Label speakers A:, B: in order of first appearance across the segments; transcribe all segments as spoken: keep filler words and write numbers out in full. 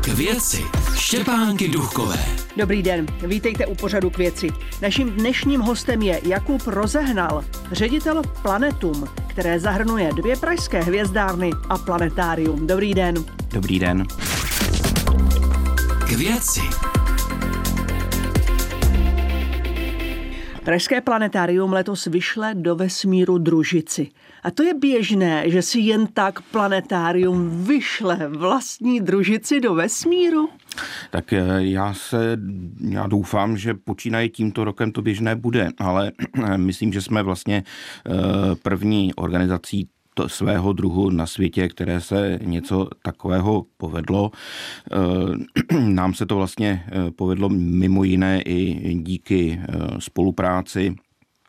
A: K věci Štěpánky Duchkové.
B: Dobrý den, vítejte u pořadu K věci. Naším dnešním hostem je Jakub Rozehnal, ředitel Planetum, které zahrnuje dvě pražské hvězdárny a planetárium. Dobrý den.
C: Dobrý den.
A: K věci.
B: Pražské planetárium letos vyšle do vesmíru družici. A to je běžné, že si jen tak planetárium vyšle vlastní družici do vesmíru?
C: Tak já se, já doufám, že počínaje tímto rokem to běžné bude, ale myslím, že jsme vlastně první organizací to svého druhu na světě, které se něco takového povedlo. Nám se to vlastně povedlo mimo jiné i díky spolupráci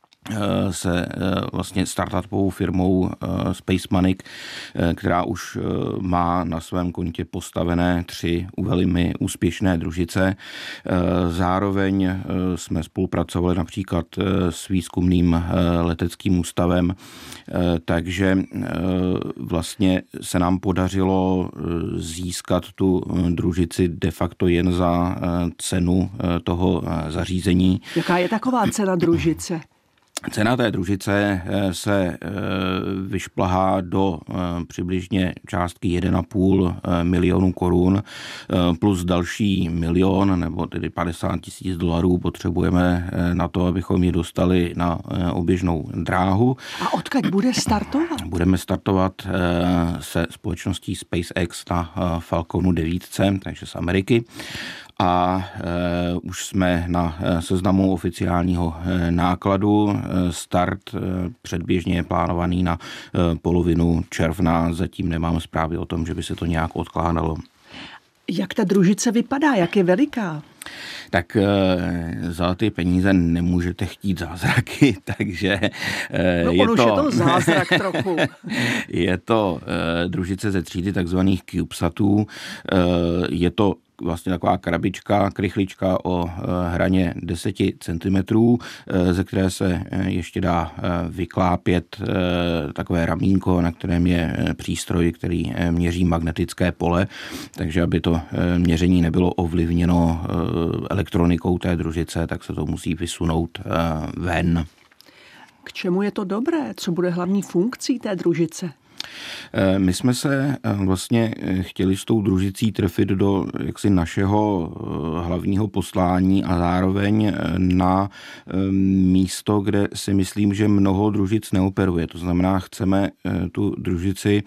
C: se vlastně startupovou firmou SpaceManic, která už má na svém kontě postavené tři velmi úspěšné družice. Zároveň jsme spolupracovali například s výzkumným leteckým ústavem, takže vlastně se nám podařilo získat tu družici de facto jen za cenu toho zařízení.
B: Jaká je taková cena družice?
C: Cena té družice se vyšplhá do přibližně částky jeden a půl milionu korun plus další milion nebo tedy padesát tisíc dolarů potřebujeme na to, abychom ji dostali na oběžnou dráhu.
B: A odkud bude startovat?
C: Budeme startovat se společností SpaceX na Falconu devět, takže z Ameriky. A e, už jsme na seznamu oficiálního e, nákladu. Start e, předběžně je plánovaný na e, polovinu června. Zatím nemám zprávy o tom, že by se to nějak odkládalo.
B: Jak ta družice vypadá? Jak je veliká?
C: Tak e, za ty peníze nemůžete chtít zázraky, takže e,
B: no,
C: je, to,
B: je to zázrak trochu.
C: Je to e, družice ze třídy takzvaných CubeSatů. E, je to vlastně taková krabička, krychlička o hraně deset centimetrů, ze které se ještě dá vyklápět takové ramínko, na kterém je přístroj, který měří magnetické pole, takže aby to měření nebylo ovlivněno elektronikou té družice, tak se to musí vysunout ven.
B: K čemu je to dobré? Co bude hlavní funkcí té družice?
C: My jsme se vlastně chtěli s tou družicí trefit do jaksi našeho hlavního poslání a zároveň na místo, kde si myslím, že mnoho družic neoperuje. To znamená, chceme tu družici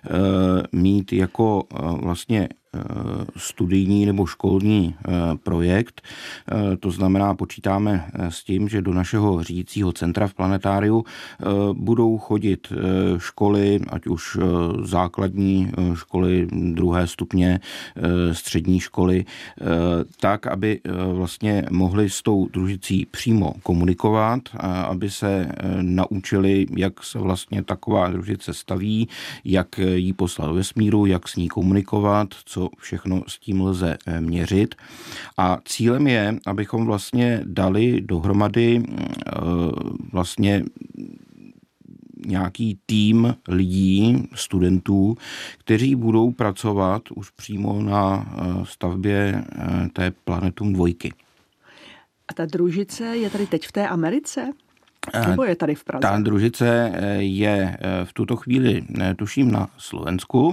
C: mít jako vlastně studijní nebo školní projekt. To znamená, počítáme s tím, že do našeho řídícího centra v planetáriu budou chodit školy, ať už základní školy, druhé stupně, střední školy, tak, aby vlastně mohli s tou družicí přímo komunikovat, aby se naučili, jak se vlastně taková družice staví, jak ji poslat do vesmíru, jak s ní komunikovat, co všechno s tím lze měřit. A cílem je, abychom vlastně dali dohromady vlastně nějaký tým lidí, studentů, kteří budou pracovat už přímo na stavbě té Planetum dvojky.
B: A ta družice je tady teď v té Americe? Nebo je tady v Praze?
C: Ta družice je v tuto chvíli, tuším, na Slovensku,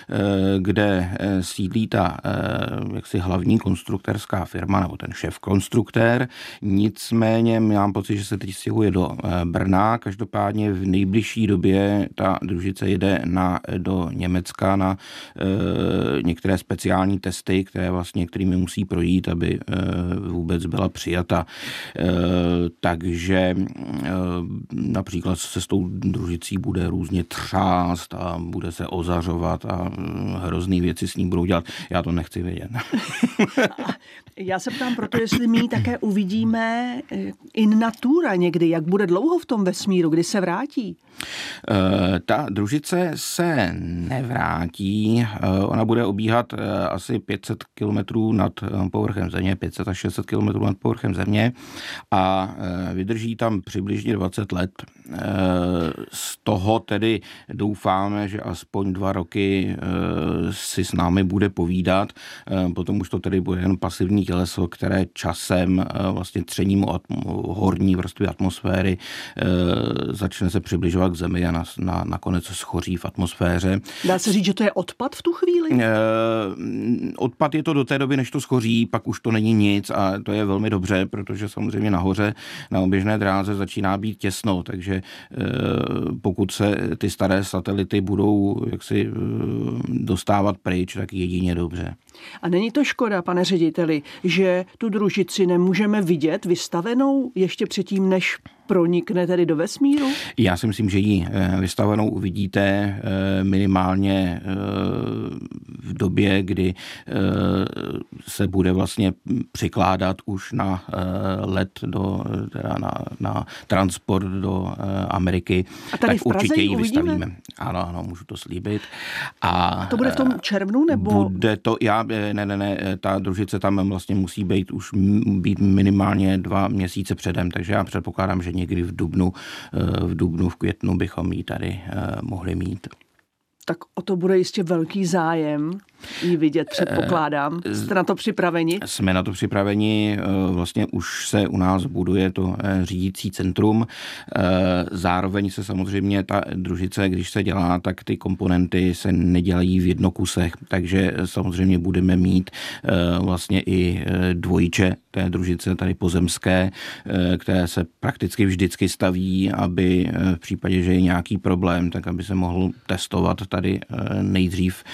C: kde sídlí ta jaksi hlavní konstruktérská firma, nebo ten šéf konstruktér. Nicméně mám pocit, že se teď stěhuje do Brna. Každopádně v nejbližší době ta družice jede na, do Německa na některé speciální testy, které vlastně, kterými musí projít, aby vůbec byla přijata. Takže například se s tou družicí bude různě třást a bude se ozařovat a hrozný věci s ní budou dělat. Já to nechci vědět.
B: Já se ptám proto, jestli my také uvidíme in natura někdy, jak bude dlouho v tom vesmíru, kdy se vrátí.
C: Ta družice se nevrátí, ona bude obíhat asi pět set kilometrů nad povrchem země, pět set až šest set kilometrů nad povrchem země a vydrží tam přibližně dvacet let. Z toho tedy doufáme, že aspoň dva roky si s námi bude povídat, potom už to tedy bude jen pasivní těleso, které časem vlastně třením horní vrstvy atmosféry začne se přibližovat k Zemi a na, na, nakonec schoří v atmosféře.
B: Dá se říct, že to je odpad v tu chvíli?
C: E, odpad je to do té doby, než to schoří, pak už to není nic a to je velmi dobře, protože samozřejmě nahoře na oběžné dráze začíná být těsno, takže e, pokud se ty staré satelity budou jaksi e, dostávat pryč, tak jedině dobře.
B: A není to škoda, pane řediteli, že tu družici nemůžeme vidět vystavenou ještě předtím, než pronikne tedy do vesmíru?
C: Já si myslím, že ji vystavenou uvidíte minimálně v době, kdy se bude vlastně přikládat už na let do, teda na, na transport do Ameriky.
B: A tady
C: tak
B: v Praze
C: určitě ji
B: uvidíme?
C: vystavíme. Ano, ano, můžu to slíbit. A,
B: A to bude v tom červnu, nebo?
C: Bude to, já, ne, ne, ne, ta družice tam vlastně musí být už být minimálně dva měsíce předem, takže já předpokládám, že někdy v dubnu, v dubnu, v květnu bychom ji tady mohli mít.
B: Tak o to bude jistě velký zájem ji vidět, předpokládám. Jste na to připraveni?
C: Jsme na to připraveni, vlastně už se u nás buduje to řídící centrum. Zároveň se samozřejmě ta družice, když se dělá, tak ty komponenty se nedělají v jednokusech, takže samozřejmě budeme mít vlastně i dvojče té družice tady pozemské, které se prakticky vždycky staví, aby v případě, že je nějaký problém, tak aby se mohl testovat tady nejdřív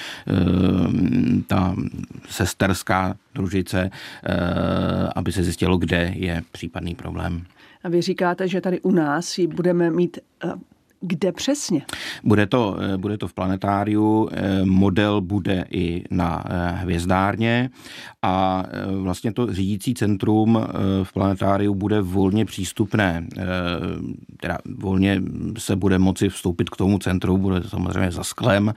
C: ta sesterská družice, aby se zjistilo, kde je případný problém.
B: A vy říkáte, že tady u nás ji budeme mít kde přesně? Bude
C: to, bude to v planetáriu, model bude i na hvězdárně a vlastně to řídící centrum v planetáriu bude volně přístupné. Teda volně se bude moci vstoupit k tomu centru, bude samozřejmě za sklem.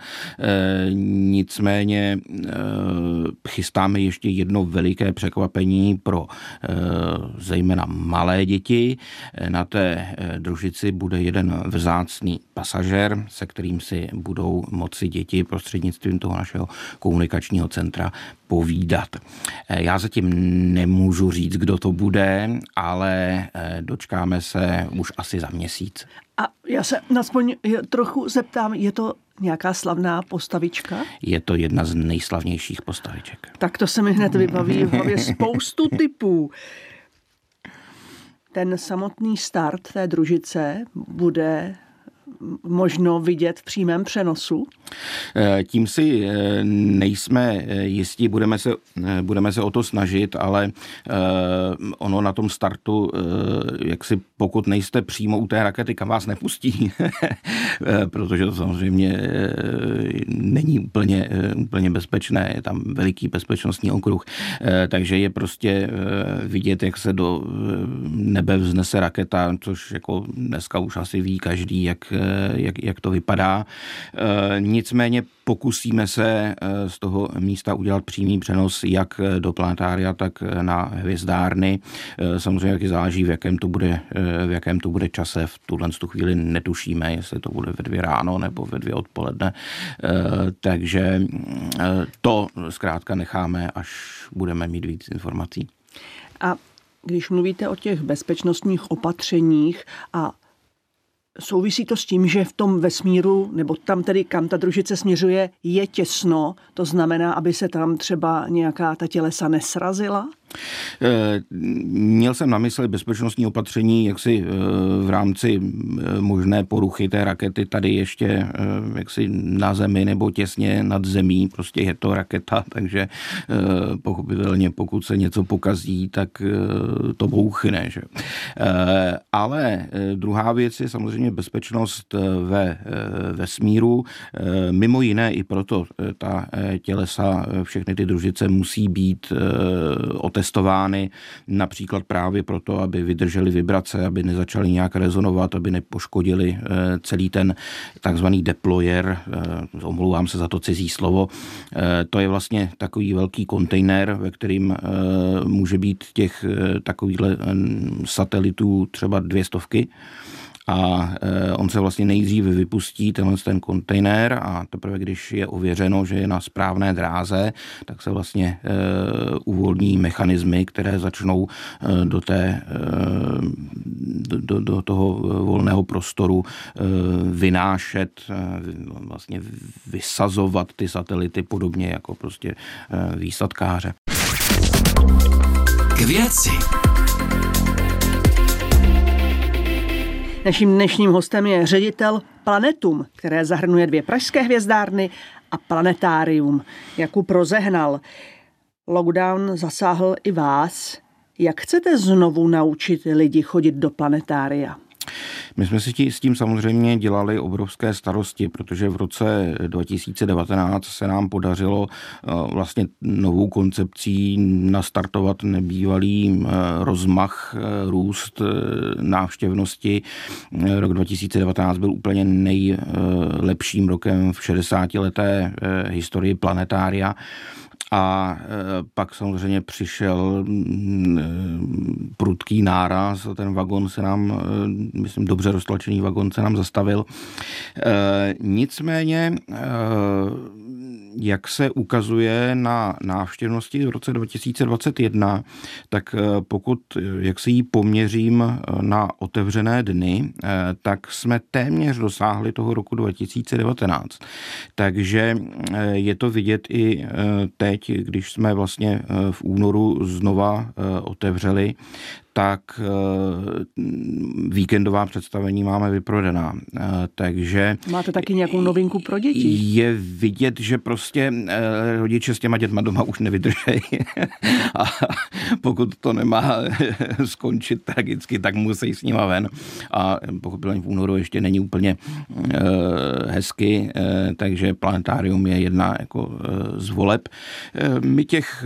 C: Nicméně chystáme ještě jedno veliké překvapení pro zejména malé děti. Na té družici bude jeden vzácný pasažér, se kterým si budou moci děti prostřednictvím toho našeho komunikačního centra povídat. Já zatím nemůžu říct, kdo to bude, ale dočkáme se už asi za měsíc.
B: A já se aspoň trochu zeptám, je to nějaká slavná postavička?
C: Je to jedna z nejslavnějších postaviček.
B: Tak to se mi hned vybaví v hlavě spoustu typů. Ten samotný start té družice bude možno vidět v přímém přenosu?
C: Tím si nejsme jistí, budeme se, budeme se o to snažit, ale ono na tom startu, jak si pokud nejste přímo u té rakety, kam vás nepustí, protože to samozřejmě není úplně, úplně bezpečné, je tam veliký bezpečnostní okruh, takže je prostě vidět, jak se do nebe vznese raketa, což jako dneska už asi ví každý, jak Jak, jak to vypadá. Nicméně pokusíme se z toho místa udělat přímý přenos jak do planetária, tak na hvězdárny. Samozřejmě taky záleží, v jakém to bude, v jakém to bude čase. V tuhle tu chvíli netušíme, jestli to bude ve dvě ráno nebo ve dvě odpoledne. Takže to zkrátka necháme, až budeme mít víc informací.
B: A když mluvíte o těch bezpečnostních opatřeních a souvisí to s tím, že v tom vesmíru, nebo tam tedy, kam ta družice směřuje, je těsno, to znamená, aby se tam třeba nějaká ta tělesa nesrazila?
C: Měl jsem na mysli bezpečnostní opatření, jaksi v rámci možné poruchy té rakety tady ještě jaksi na Zemi nebo těsně nad zemí. Prostě je to raketa, takže pochopitelně pokud se něco pokazí, tak to bouchne. Že? Ale druhá věc je samozřejmě bezpečnost ve vesmíru. Mimo jiné i proto ta tělesa, všechny ty družice musí být otestovány investovány například právě proto, aby vydržely vibrace, aby nezačaly nějak rezonovat, aby nepoškodili celý ten takzvaný deployer, omlouvám se za to cizí slovo. To je vlastně takový velký kontejner, ve kterým může být těch takovýchhle satelitů třeba dvě stovky. A on se vlastně nejdříve vypustí tenhle ten kontejner a teprve, když je ověřeno, že je na správné dráze, tak se vlastně uvolní mechanismy, které začnou do, té, do, do toho volného prostoru vynášet, vlastně vysazovat ty satelity podobně jako prostě výsadkáře.
A: K věci.
B: Naším dnešním hostem je ředitel Planetum, které zahrnuje dvě pražské hvězdárny a planetárium. Jakub Rozehnal. Lockdown zasáhl i vás. Jak chcete znovu naučit lidi chodit do planetária?
C: My jsme si s tím samozřejmě dělali obrovské starosti, protože v roce dva tisíce devatenáct se nám podařilo vlastně novou koncepcí nastartovat nebývalý rozmach, růst návštěvnosti. Rok dva tisíce devatenáct byl úplně nejlepším rokem v šedesátileté historii planetária. A pak samozřejmě přišel prudký náraz, ten vagon se nám, myslím, dobře roztlačený vagon se nám zastavil. Nicméně, jak se ukazuje na návštěvnosti v roce dva tisíce dvacet jedna, tak pokud, jak se jí poměřím na otevřené dny, tak jsme téměř dosáhli toho roku dva tisíce devatenáct. Takže je to vidět i teď, když jsme vlastně v únoru znova otevřeli, tak víkendová představení máme vyprodaná. Takže
B: máte taky nějakou novinku pro děti?
C: Je vidět, že prostě rodiče s těma dětma doma už nevydržejí. A pokud to nemá skončit tragicky, tak musí s nima ven. A pochopitelně v únoru ještě není úplně hezky, takže planetárium je jedna jako z voleb. My těch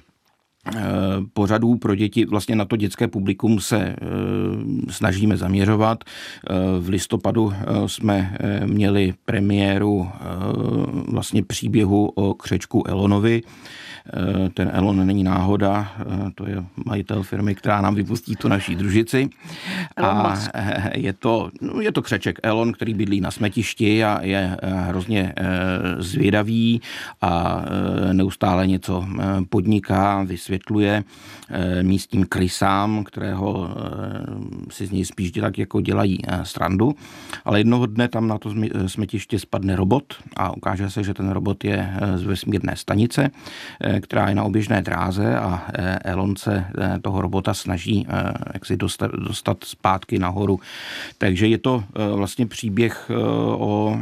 C: pořadů pro děti, vlastně na to dětské publikum se snažíme zaměřovat. V listopadu jsme měli premiéru vlastně příběhu o křečku Elonovi. Ten Elon není náhoda, to je majitel firmy, která nám vypustí tu naší družici. A je to, je to křeček Elon, který bydlí na smetišti a je hrozně zvědavý a neustále něco podniká, vysvětluje místním krysám, kterého si z něj spíš tak jako dělají srandu. Ale jednoho dne tam na to smetiště spadne robot a ukáže se, že ten robot je z vesmírné stanice, která je na oběžné dráze a Elon se toho robota snaží jak si dostat, dostat zpátky nahoru. Takže je to vlastně příběh o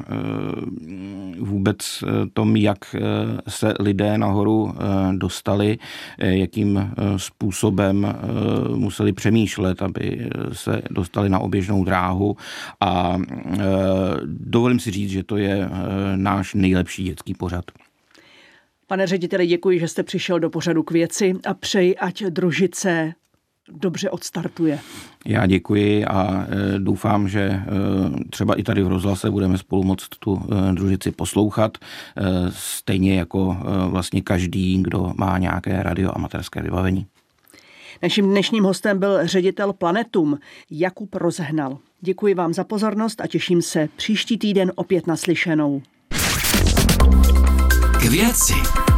C: vůbec tom, jak se lidé nahoru dostali, jakým způsobem museli přemýšlet, aby se dostali na oběžnou dráhu a dovolím si říct, že to je náš nejlepší dětský pořad.
B: Pane řediteli, děkuji, že jste přišel do pořadu K věci a přeji, ať družice dobře odstartuje.
C: Já děkuji a doufám, že třeba i tady v rozhlase budeme spolu moct tu družici poslouchat, stejně jako vlastně každý, kdo má nějaké radioamatérské vybavení.
B: Naším dnešním hostem byl ředitel Planetum Jakub Rozehnal. Děkuji vám za pozornost a těším se příští týden opět naslyšenou.
A: K věci.